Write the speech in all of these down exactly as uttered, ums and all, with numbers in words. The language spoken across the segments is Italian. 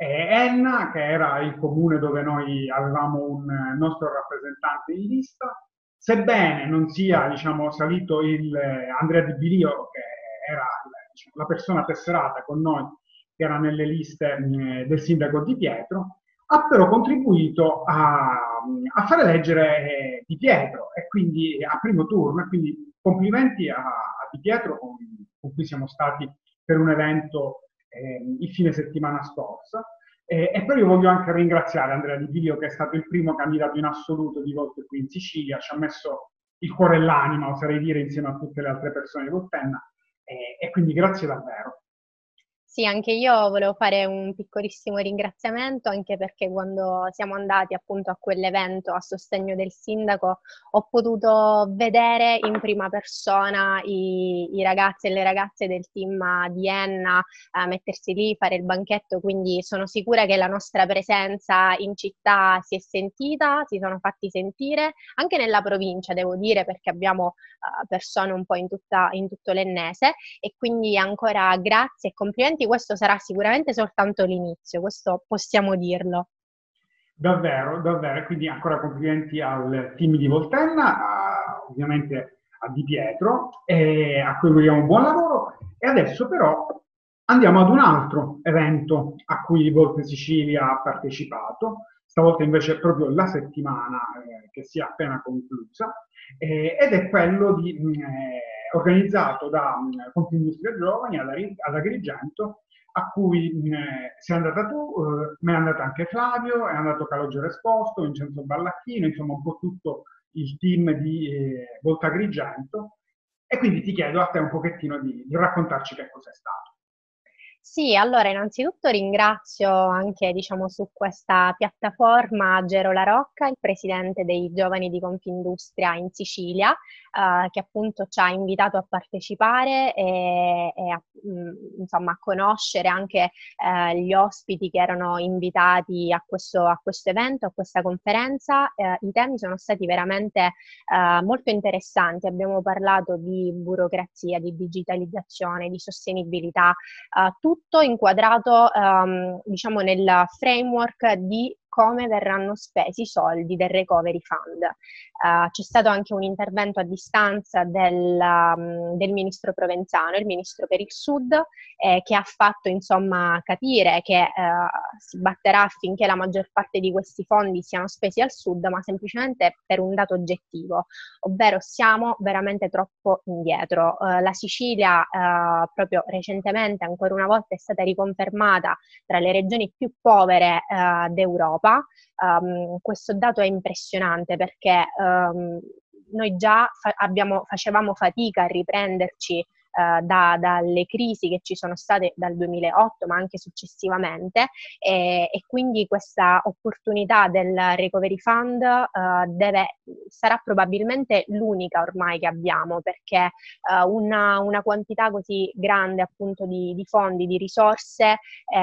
e Enna, che era il comune dove noi avevamo un eh, nostro rappresentante in lista, sebbene non sia, diciamo, salito il eh, Andrea Di Bilio, che era diciamo, la persona tesserata con noi, che era nelle liste mh, del sindaco Di Pietro, ha però contribuito a, a fare eleggere eh, Di Pietro e quindi a primo turno, e quindi complimenti a, a Di Pietro con, con cui siamo stati per un evento eh, il fine settimana scorsa. Eh, e poi io voglio anche ringraziare Andrea Di Bilio, che è stato il primo candidato in assoluto di volte qui in Sicilia, ci ha messo il cuore e l'anima, oserei dire, insieme a tutte le altre persone di Volpenna, eh, e quindi grazie davvero. Sì, anche io volevo fare un piccolissimo ringraziamento, anche perché quando siamo andati appunto a quell'evento a sostegno del sindaco ho potuto vedere in prima persona i, i ragazzi e le ragazze del team di Enna eh, mettersi lì, fare il banchetto, quindi sono sicura che la nostra presenza in città si è sentita, si sono fatti sentire, anche nella provincia devo dire, perché abbiamo eh, persone un po' in tutta, in tutto l'Ennese, e quindi ancora grazie e complimenti. Questo sarà sicuramente soltanto l'inizio, questo possiamo dirlo. Davvero, davvero. Quindi ancora complimenti al team di Volterna, a- ovviamente a Di Pietro, e a cui vogliamo buon lavoro. E adesso però andiamo ad un altro evento a cui Volte Sicilia ha partecipato, stavolta invece proprio la settimana eh, che si è appena conclusa, eh, ed è quello di, mh, eh, organizzato da mh, Confindustria Giovani ad, Ari- ad Agrigento, a cui eh, sei andata tu, eh, ma è andato anche Flavio, è andato Calogero Esposto, Vincenzo Ballacchino, insomma un po' tutto il team di eh, Volta Agrigento. E quindi ti chiedo a te un pochettino di, di raccontarci che cos'è stato. Sì, allora innanzitutto ringrazio anche, diciamo, su questa piattaforma Gero La Rocca, il presidente dei giovani di Confindustria in Sicilia, eh, che appunto ci ha invitato a partecipare e, e a, mh, insomma, a conoscere anche eh, gli ospiti che erano invitati a questo, a questo evento, a questa conferenza. Eh, i temi sono stati veramente eh, molto interessanti. Abbiamo parlato di burocrazia, di digitalizzazione, di sostenibilità, eh, tutto inquadrato ehm, diciamo nel framework di come verranno spesi i soldi del Recovery Fund. Eh, c'è stato anche un intervento a distanza del, um, del ministro Provenzano, il ministro per il Sud, eh, che ha fatto insomma capire che eh, si batterà affinché la maggior parte di questi fondi siano spesi al Sud, ma semplicemente per un dato oggettivo, ovvero siamo veramente troppo indietro. Eh, la Sicilia eh, proprio recentemente, ancora una volta, è stata riconfermata tra le regioni più povere eh, d'Europa. Um, questo dato è impressionante perché um, noi già fa- abbiamo, facevamo fatica a riprenderci Uh, da, dalle crisi che ci sono state dal duemilaotto, ma anche successivamente, e, e quindi questa opportunità del Recovery Fund uh, deve, sarà probabilmente l'unica ormai che abbiamo, perché uh, una, una, quantità così grande appunto di, di fondi, di risorse,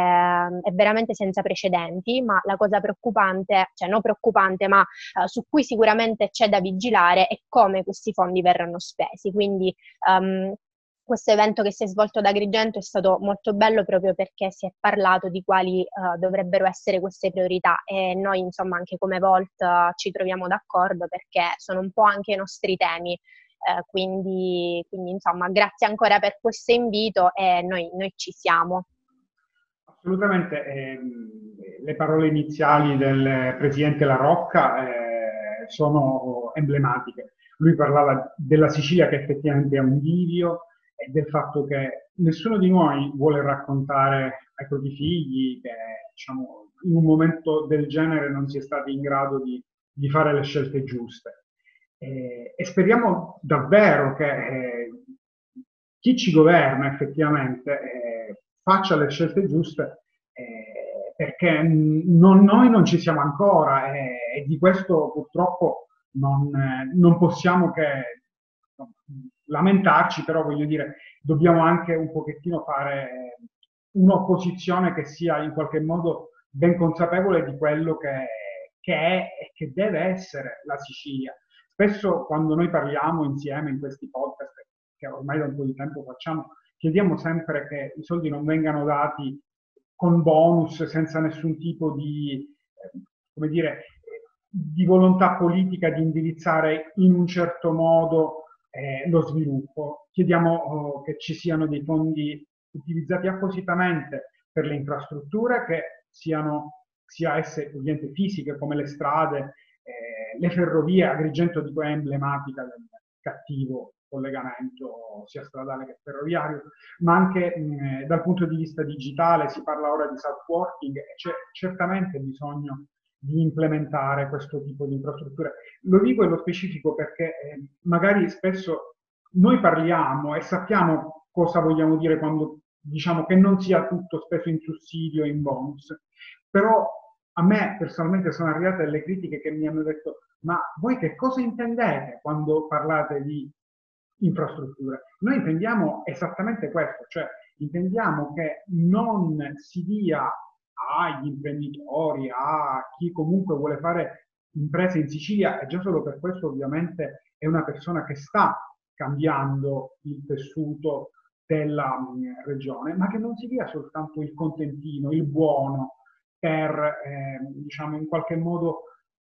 eh, è veramente senza precedenti, ma la cosa preoccupante, cioè non preoccupante, ma uh, su cui sicuramente c'è da vigilare è come questi fondi verranno spesi. Quindi um, questo evento che si è svolto ad Agrigento è stato molto bello proprio perché si è parlato di quali uh, dovrebbero essere queste priorità, e noi insomma anche come Volt uh, ci troviamo d'accordo perché sono un po' anche i nostri temi. Eh, quindi, quindi insomma grazie ancora per questo invito e noi, noi ci siamo. Assolutamente, ehm, le parole iniziali del presidente La Rocca eh, sono emblematiche. Lui parlava della Sicilia che effettivamente è un bivio e del fatto che nessuno di noi vuole raccontare ai propri figli che, diciamo, in un momento del genere non si è stati in grado di, di fare le scelte giuste. Eh, e speriamo davvero che eh, chi ci governa effettivamente eh, faccia le scelte giuste, eh, perché non, noi non ci siamo ancora, eh, e di questo purtroppo non, eh, non possiamo che no, lamentarci, però voglio dire, dobbiamo anche un pochettino fare eh, un'opposizione che sia in qualche modo ben consapevole di quello che, che è e che deve essere la Sicilia. Spesso quando noi parliamo insieme in questi podcast, che ormai da un po' di tempo facciamo, chiediamo sempre che i soldi non vengano dati con bonus, senza nessun tipo di, eh, come dire, di volontà politica di indirizzare in un certo modo eh, lo sviluppo. Chiediamo oh, che ci siano dei fondi utilizzati appositamente per le infrastrutture, che siano sia esse ovviamente fisiche come le strade, eh, le ferrovie. Agrigento dico è emblematica del cattivo collegamento sia stradale che ferroviario, ma anche mh, dal punto di vista digitale. Si parla ora di south working e c'è certamente bisogno di implementare questo tipo di infrastrutture. Lo dico nello specifico perché eh, magari spesso noi parliamo e sappiamo cosa vogliamo dire quando diciamo che non sia tutto speso in sussidio e in bonus, però a me personalmente sono arrivate delle critiche che mi hanno detto: ma voi che cosa intendete quando parlate di infrastrutture? Noi intendiamo esattamente questo, cioè intendiamo che non si dia agli imprenditori, a chi comunque vuole fare imprese in Sicilia, e già solo per questo ovviamente è una persona che sta cambiando il tessuto della mh, regione, ma che non si dia soltanto il contentino, il buono, per eh, diciamo in qualche modo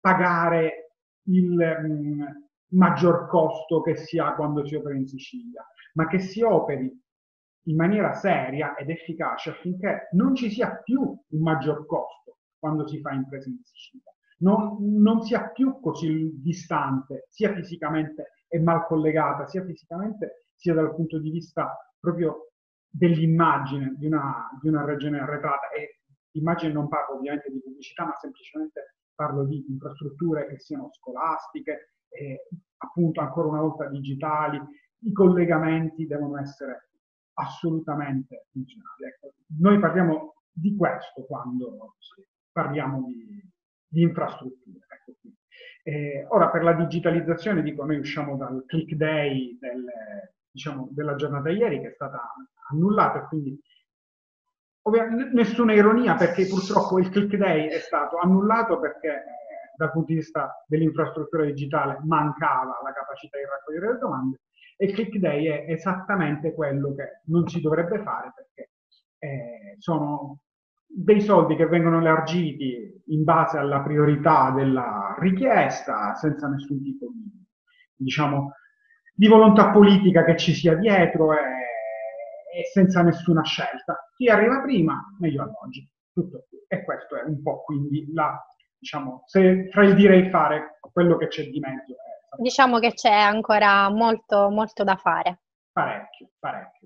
pagare il mh, maggior costo che si ha quando si opera in Sicilia, ma che si operi in maniera seria ed efficace affinché non ci sia più un maggior costo quando si fa impresa in Sicilia, non, non sia più così distante, sia fisicamente e mal collegata, sia fisicamente sia dal punto di vista proprio dell'immagine di una, di una regione arretrata. E immagine non parlo ovviamente di pubblicità, ma semplicemente parlo di infrastrutture che siano scolastiche, e appunto ancora una volta digitali. I collegamenti devono essere assolutamente funzionali. Ecco, noi parliamo di questo quando parliamo di, di infrastrutture. Ecco qui. Eh, ora, per la digitalizzazione, dico, noi usciamo dal click day del, diciamo, della giornata ieri, che è stata annullata, e quindi ovviamente nessuna ironia, perché purtroppo il click day è stato annullato perché eh, dal punto di vista dell'infrastruttura digitale mancava la capacità di raccogliere le domande, e il click day è esattamente quello che non si dovrebbe fare, perché eh, sono dei soldi che vengono elargiti in base alla priorità della richiesta, senza nessun tipo di, diciamo, di volontà politica che ci sia dietro, e, e senza nessuna scelta. Chi arriva prima, meglio alloggi. Tutto qui. E questo è un po' quindi la, diciamo, se fra il dire e il fare, quello che c'è di mezzo. È, Diciamo che c'è ancora molto, molto da fare. Parecchio, parecchio.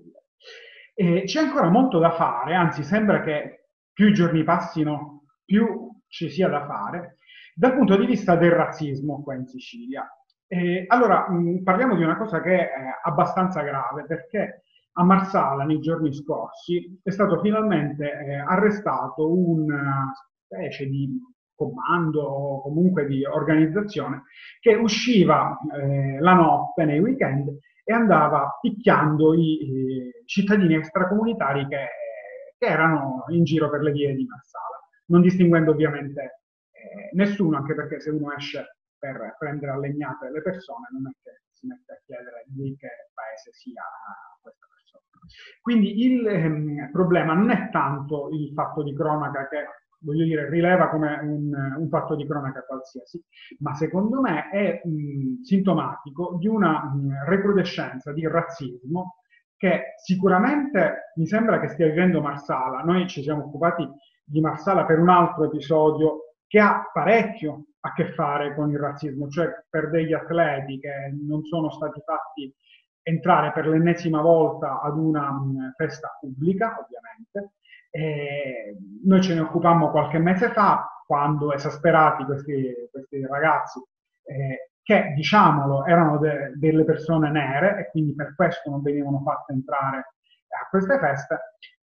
E c'è ancora molto da fare, anzi sembra che più i giorni passino, più ci sia da fare, dal punto di vista del razzismo qua in Sicilia. E allora, mh, parliamo di una cosa che è abbastanza grave, perché a Marsala nei giorni scorsi è stato finalmente eh, arrestato una specie di comando o comunque di organizzazione che usciva eh, la notte nei weekend e andava picchiando i, i cittadini extracomunitari che, che erano in giro per le vie di Marsala, non distinguendo ovviamente eh, nessuno, anche perché se uno esce per prendere a legnate le persone non è che si mette a chiedere di che paese sia questa persona. Quindi il ehm, problema non è tanto il fatto di cronaca che, voglio dire, rileva come un, un fatto di cronaca qualsiasi, ma secondo me è mh, sintomatico di una mh, recrudescenza di razzismo che sicuramente mi sembra che stia vivendo Marsala. Noi ci siamo occupati di Marsala per un altro episodio che ha parecchio a che fare con il razzismo, cioè per degli atleti che non sono stati fatti entrare per l'ennesima volta ad una mh, festa pubblica, ovviamente. E noi ce ne occupammo qualche mese fa, quando esasperati questi, questi ragazzi, eh, che diciamolo erano de delle persone nere e quindi per questo non venivano fatte entrare a queste feste,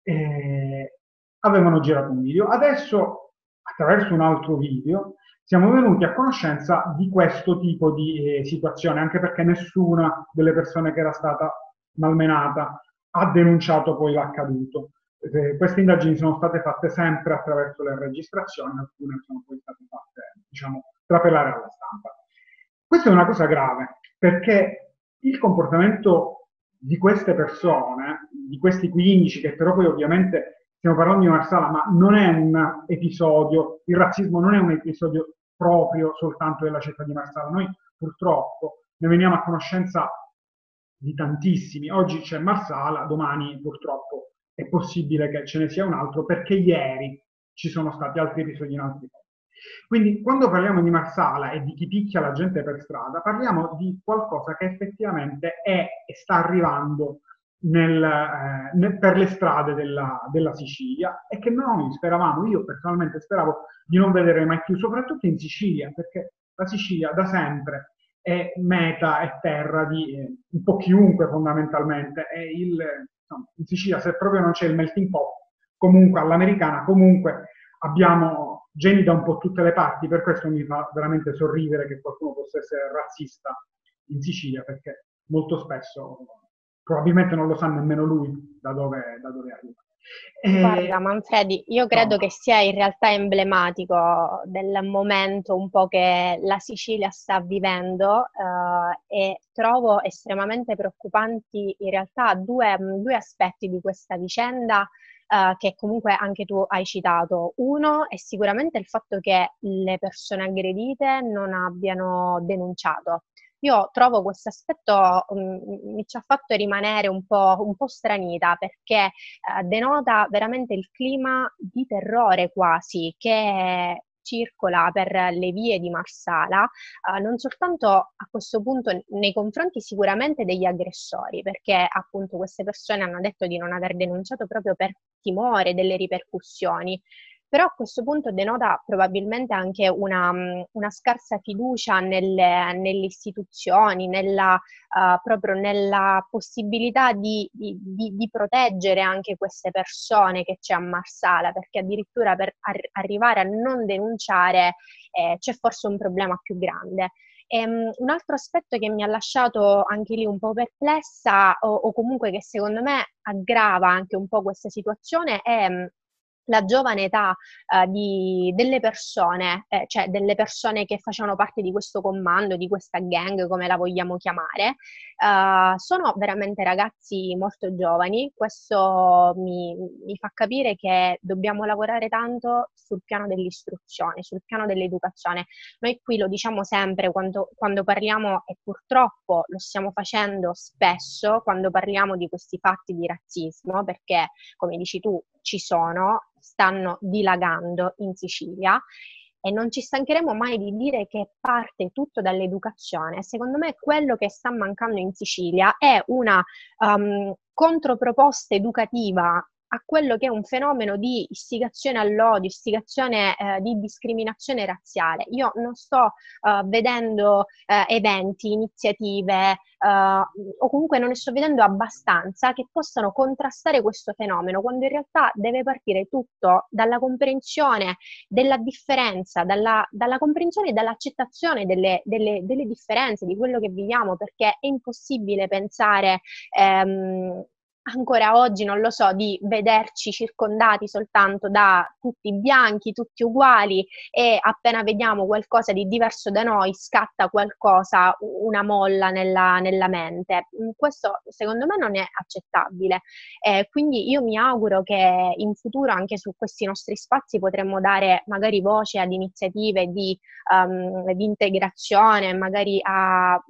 eh, avevano girato un video. Adesso, attraverso un altro video, siamo venuti a conoscenza di questo tipo di eh, situazione, anche perché nessuna delle persone che era stata malmenata ha denunciato poi l'accaduto. Eh, queste indagini sono state fatte sempre attraverso le registrazioni, alcune sono poi state fatte, diciamo, trapelare alla stampa. Questa è una cosa grave, perché il comportamento di queste persone, di questi quindici, che però poi ovviamente stiamo parlando di Marsala, ma non è un episodio, il razzismo non è un episodio proprio soltanto della città di Marsala. Noi purtroppo ne veniamo a conoscenza di tantissimi. Oggi c'è Marsala, domani purtroppo è possibile che ce ne sia un altro, perché ieri ci sono stati altri episodi in altri posti. Quindi quando parliamo di Marsala e di chi picchia la gente per strada, parliamo di qualcosa che effettivamente è e sta arrivando nel, eh, nel, per le strade della, della Sicilia, e che noi speravamo, io personalmente speravo di non vedere mai più, soprattutto in Sicilia, perché la Sicilia da sempre è meta e terra di eh, un po' chiunque fondamentalmente. È il, insomma, in Sicilia, se proprio non c'è il melting pot, comunque all'americana, comunque abbiamo geni da un po' tutte le parti. Per questo mi fa veramente sorridere che qualcuno possa essere razzista in Sicilia, perché molto spesso probabilmente non lo sa nemmeno lui da dove, da dove arriva. Guarda, E, Manfredi, io credo insomma, che sia in realtà emblematico del momento un po' che la Sicilia sta vivendo, eh, e trovo estremamente preoccupanti in realtà due, due aspetti di questa vicenda, eh, che comunque anche tu hai citato. Uno è sicuramente il fatto che le persone aggredite non abbiano denunciato. Io trovo questo aspetto, mm, mi ci ha fatto rimanere un po', un po' stranita, perché eh, denota veramente il clima di terrore quasi che circola per le vie di Marsala, eh, non soltanto a questo punto nei confronti sicuramente degli aggressori, perché appunto queste persone hanno detto di non aver denunciato proprio per timore delle ripercussioni. Però a questo punto denota probabilmente anche una, una scarsa fiducia nelle, nelle istituzioni, nella, uh, proprio nella possibilità di, di, di, di proteggere anche queste persone che c'è a Marsala, perché addirittura per ar- arrivare a non denunciare eh, c'è forse un problema più grande. E, um, un altro aspetto che mi ha lasciato anche lì un po' perplessa, o, o comunque che secondo me aggrava anche un po' questa situazione, è um, la giovane età eh, di, delle persone, eh, cioè delle persone che facevano parte di questo comando, di questa gang, come la vogliamo chiamare. Eh, sono veramente ragazzi molto giovani. Questo mi, mi fa capire che dobbiamo lavorare tanto sul piano dell'istruzione, sul piano dell'educazione. Noi qui lo diciamo sempre quando, quando parliamo, e purtroppo lo stiamo facendo spesso, quando parliamo di questi fatti di razzismo, perché come dici tu ci sono, stanno dilagando in Sicilia, e non ci stancheremo mai di dire che parte tutto dall'educazione. Secondo me quello che sta mancando in Sicilia è una um, controproposta educativa a quello che è un fenomeno di istigazione all'odio, istigazione eh, di discriminazione razziale. Io non sto uh, vedendo uh, eventi, iniziative, uh, o comunque non ne sto vedendo abbastanza che possano contrastare questo fenomeno, quando in realtà deve partire tutto dalla comprensione della differenza, dalla, dalla comprensione e dall'accettazione delle, delle, delle differenze, di quello che viviamo, perché è impossibile pensare ehm, ancora oggi, non lo so, di vederci circondati soltanto da tutti bianchi, tutti uguali, e appena vediamo qualcosa di diverso da noi scatta qualcosa, una molla nella, nella mente. Questo secondo me non è accettabile. Eh, quindi io mi auguro che in futuro anche su questi nostri spazi potremmo dare magari voce ad iniziative di, um, di integrazione, magari a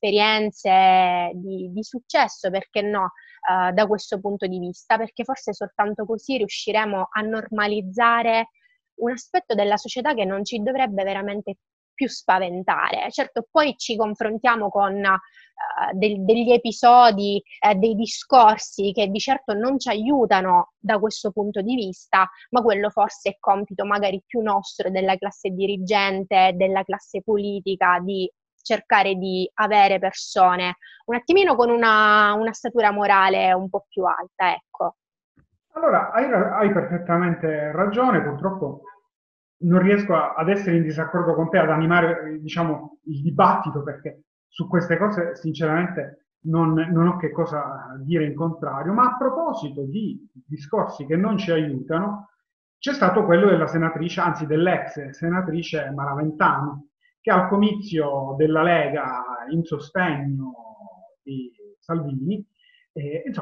esperienze di, di successo, perché no? Uh, da questo punto di vista, perché forse soltanto così riusciremo a normalizzare un aspetto della società che non ci dovrebbe veramente più spaventare. Certo, poi ci confrontiamo con uh, del, degli episodi, uh, dei discorsi che di certo non ci aiutano da questo punto di vista, ma quello forse è compito magari più nostro, della classe dirigente, della classe politica, di cercare di avere persone un attimino con una, una statura morale un po' più alta, ecco. allora, hai, hai perfettamente ragione. Purtroppo non riesco a, ad essere in disaccordo con te, ad animare, diciamo, il dibattito, perché su queste cose sinceramente non, non ho che cosa dire in contrario. Ma a proposito di discorsi che non ci aiutano, c'è stato quello della senatrice, anzi dell'ex senatrice Maraventano, che al comizio della Lega in sostegno di Salvini, eh, insomma,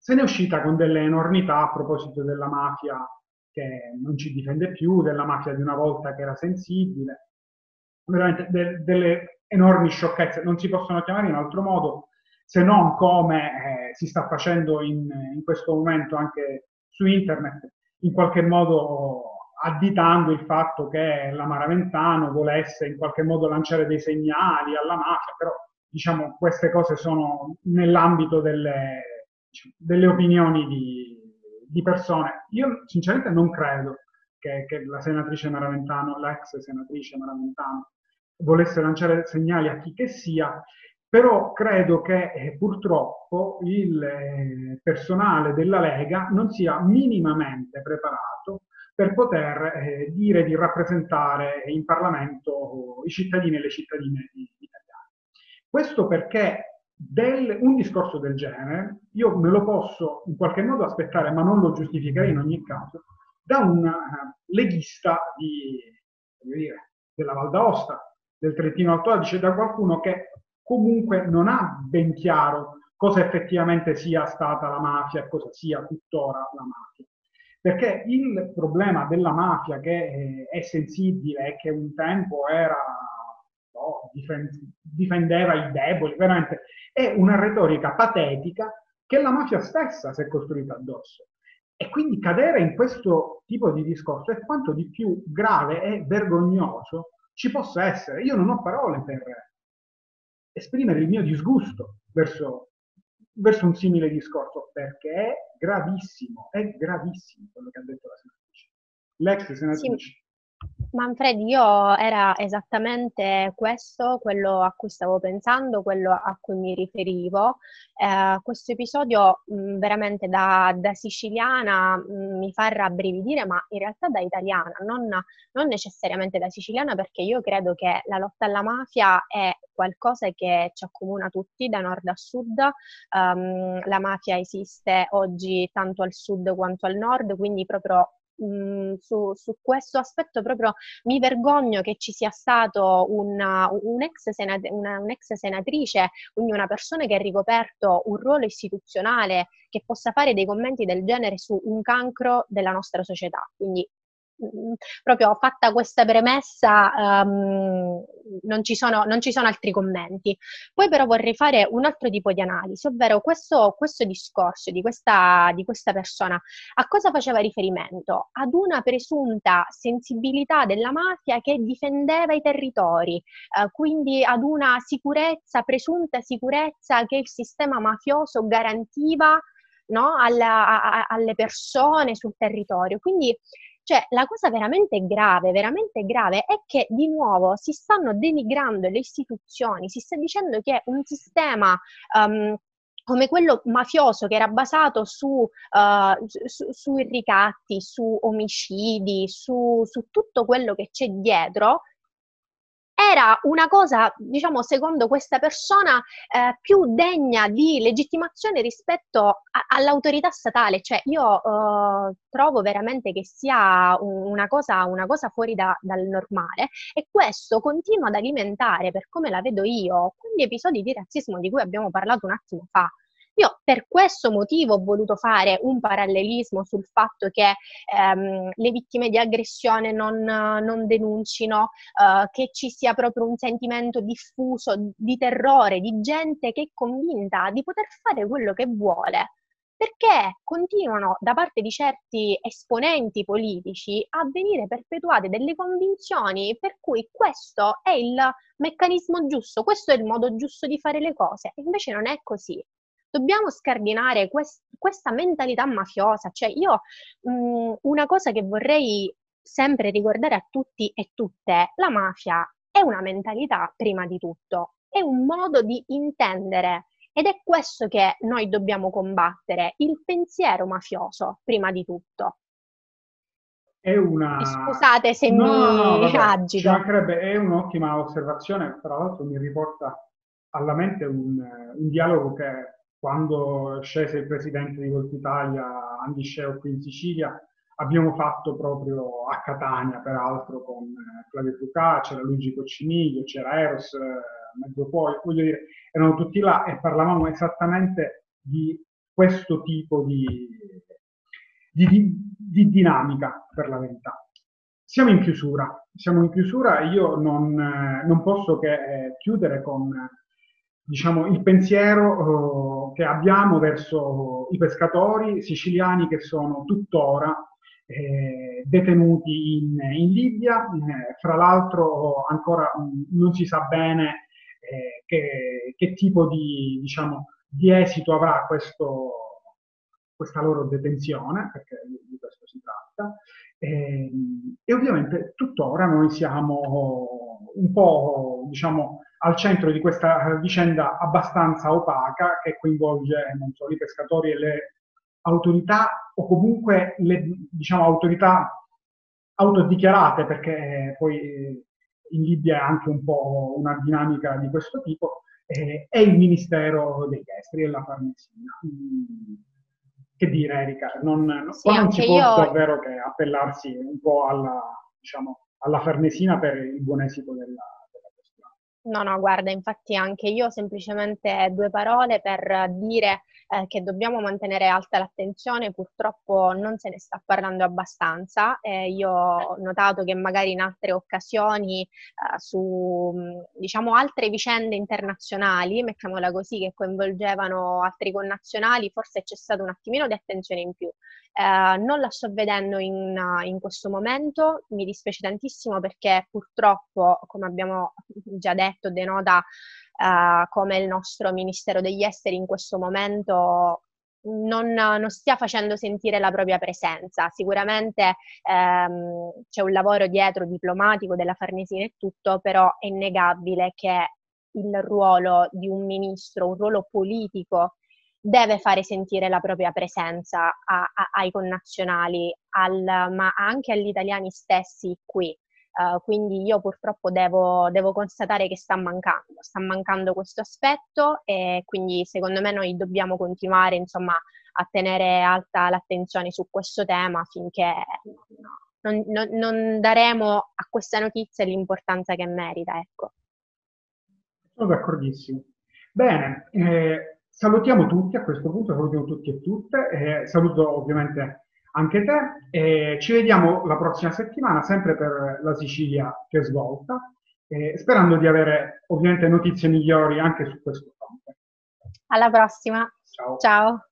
se ne è uscita con delle enormità a proposito della mafia che non ci difende più, della mafia di una volta che era sensibile, veramente de- delle enormi sciocchezze, non si possono chiamare in altro modo se non come eh, si sta facendo in, in questo momento anche su internet, in qualche modo additando il fatto che la Maraventano volesse in qualche modo lanciare dei segnali alla mafia, però diciamo queste cose sono nell'ambito delle, diciamo, delle opinioni di, di persone. Io sinceramente non credo che, che la senatrice Maraventano, l'ex senatrice Maraventano, volesse lanciare segnali a chi che sia, però credo che eh, purtroppo il eh, personale della Lega non sia minimamente preparato per poter eh, dire di rappresentare in Parlamento i cittadini e le cittadine italiane. Questo perché del, un discorso del genere io me lo posso in qualche modo aspettare, ma non lo giustificherei in ogni caso, da un uh, leghista di, dire, della Val d'Aosta, del Trentino Alto Adige, da qualcuno che comunque non ha ben chiaro cosa effettivamente sia stata la mafia e cosa sia tuttora la mafia. Perché il problema della mafia che eh, è sensibile e che un tempo era, no, difendeva i deboli, veramente è una retorica patetica che la mafia stessa si è costruita addosso. E quindi cadere in questo tipo di discorso è quanto di più grave e vergognoso ci possa essere. Io non ho parole per esprimere il mio disgusto verso, verso un simile discorso, perché è gravissimo, è gravissimo quello che ha detto la senatrice. L'ex Sì, senatrice. Manfredi, io era esattamente questo, quello a cui stavo pensando, quello a cui mi riferivo. Eh, questo episodio mh, veramente da, da siciliana mh, mi fa rabbrividire, ma in realtà da italiana, non, non necessariamente da siciliana, perché io credo che la lotta alla mafia è qualcosa che ci accomuna tutti, da nord a sud. Um, la mafia esiste oggi tanto al sud quanto al nord, quindi proprio mh, su, su questo aspetto proprio mi vergogno che ci sia stato una, un ex senat- una, un'ex senatrice, quindi una persona che ha ricoperto un ruolo istituzionale che possa fare dei commenti del genere su un cancro della nostra società. Quindi mh, proprio fatta questa premessa, um, non ci sono, non ci sono altri commenti. Poi però vorrei fare un altro tipo di analisi, ovvero questo, questo discorso di questa, di questa persona a cosa faceva riferimento? Ad una presunta sensibilità della mafia che difendeva i territori, eh, quindi ad una sicurezza, presunta sicurezza che il sistema mafioso garantiva, no, alla, a, alle persone sul territorio. Quindi, cioè, la cosa veramente grave, veramente grave è che di nuovo si stanno denigrando le istituzioni, si sta dicendo che un sistema um, come quello mafioso che era basato su, uh, su, sui ricatti, su omicidi, su, su tutto quello che c'è dietro, era una cosa, diciamo, secondo questa persona, eh, più degna di legittimazione rispetto a- all'autorità statale. Cioè, io eh, trovo veramente che sia un- una cosa, una cosa fuori da- dal normale, e questo continua ad alimentare, per come la vedo io, quegli episodi di razzismo di cui abbiamo parlato un attimo fa. Io per questo motivo ho voluto fare un parallelismo sul fatto che ehm, le vittime di aggressione non, non denuncino, eh, che ci sia proprio un sentimento diffuso di terrore, di gente che è convinta di poter fare quello che vuole, perché continuano da parte di certi esponenti politici a venire perpetuate delle convinzioni per cui questo è il meccanismo giusto, questo è il modo giusto di fare le cose, e invece non è così. Dobbiamo scardinare quest- questa mentalità mafiosa. Cioè, io mh, una cosa che vorrei sempre ricordare a tutti e tutte: la mafia è una mentalità prima di tutto, è un modo di intendere, ed è questo che noi dobbiamo combattere, il pensiero mafioso prima di tutto. È E una... scusate se No, no, no, mi vabbè, ci agito. mancherebbe, è un'ottima osservazione, tra l'altro mi riporta alla mente un, un dialogo che quando scese il presidente di Volta Italia, Andy Sceo, qui in Sicilia, abbiamo fatto proprio a Catania, peraltro, con eh, Flavio Trucà, c'era Luigi Coccimiglio, c'era Eros, eh, mezzo poi, voglio dire, erano tutti là e parlavamo esattamente di questo tipo di, di, di, di dinamica, per la verità. Siamo in chiusura, siamo in chiusura e io non, eh, non posso che eh, chiudere con diciamo, il pensiero eh, che abbiamo verso i pescatori siciliani che sono tuttora eh, detenuti in, in Libia. Eh, fra l'altro ancora mh, non si sa bene eh, che, che tipo di, diciamo, di esito avrà questo, questa loro detenzione, perché di questo si tratta. E, e ovviamente tuttora noi siamo un po', diciamo, al centro di questa vicenda abbastanza opaca che coinvolge, non so, i pescatori e le autorità o comunque le, diciamo, autorità autodichiarate, perché poi in Libia è anche un po' una dinamica di questo tipo, eh, è il Ministero degli Esteri e la Farnesina. Mm, che dire, Erika? Non, no, Sì, qua non anche si può io. davvero che appellarsi un po' alla, diciamo, alla Farnesina per il buon esito della, della questione. No, no, guarda, infatti anche io semplicemente due parole per dire eh, che dobbiamo mantenere alta l'attenzione, purtroppo non se ne sta parlando abbastanza. Eh, io ho notato che magari in altre occasioni eh, su, mh, diciamo, altre vicende internazionali, mettiamola così, che coinvolgevano altri connazionali, forse c'è stato un attimino di attenzione in più. Eh, non la sto vedendo in, in questo momento, mi dispiace tantissimo perché purtroppo, come abbiamo già detto, denota eh, come il nostro Ministero degli Esteri in questo momento non, non stia facendo sentire la propria presenza. Sicuramente ehm, c'è un lavoro dietro diplomatico della Farnesina e tutto, però è innegabile che il ruolo di un ministro, un ruolo politico, deve fare sentire la propria presenza a, a, ai connazionali, al, ma anche agli italiani stessi qui. Uh, quindi io purtroppo devo, devo constatare che sta mancando, sta mancando questo aspetto e quindi secondo me noi dobbiamo continuare insomma a tenere alta l'attenzione su questo tema finché non, non, non daremo a questa notizia l'importanza che merita, ecco. Sono d'accordissimo. Bene, eh, salutiamo tutti a questo punto, salutiamo tutti e tutte, eh, saluto ovviamente anche te e ci vediamo la prossima settimana, sempre per la Sicilia che svolta, eh, sperando di avere ovviamente notizie migliori anche su questo fronte. Alla prossima, Ciao. ciao!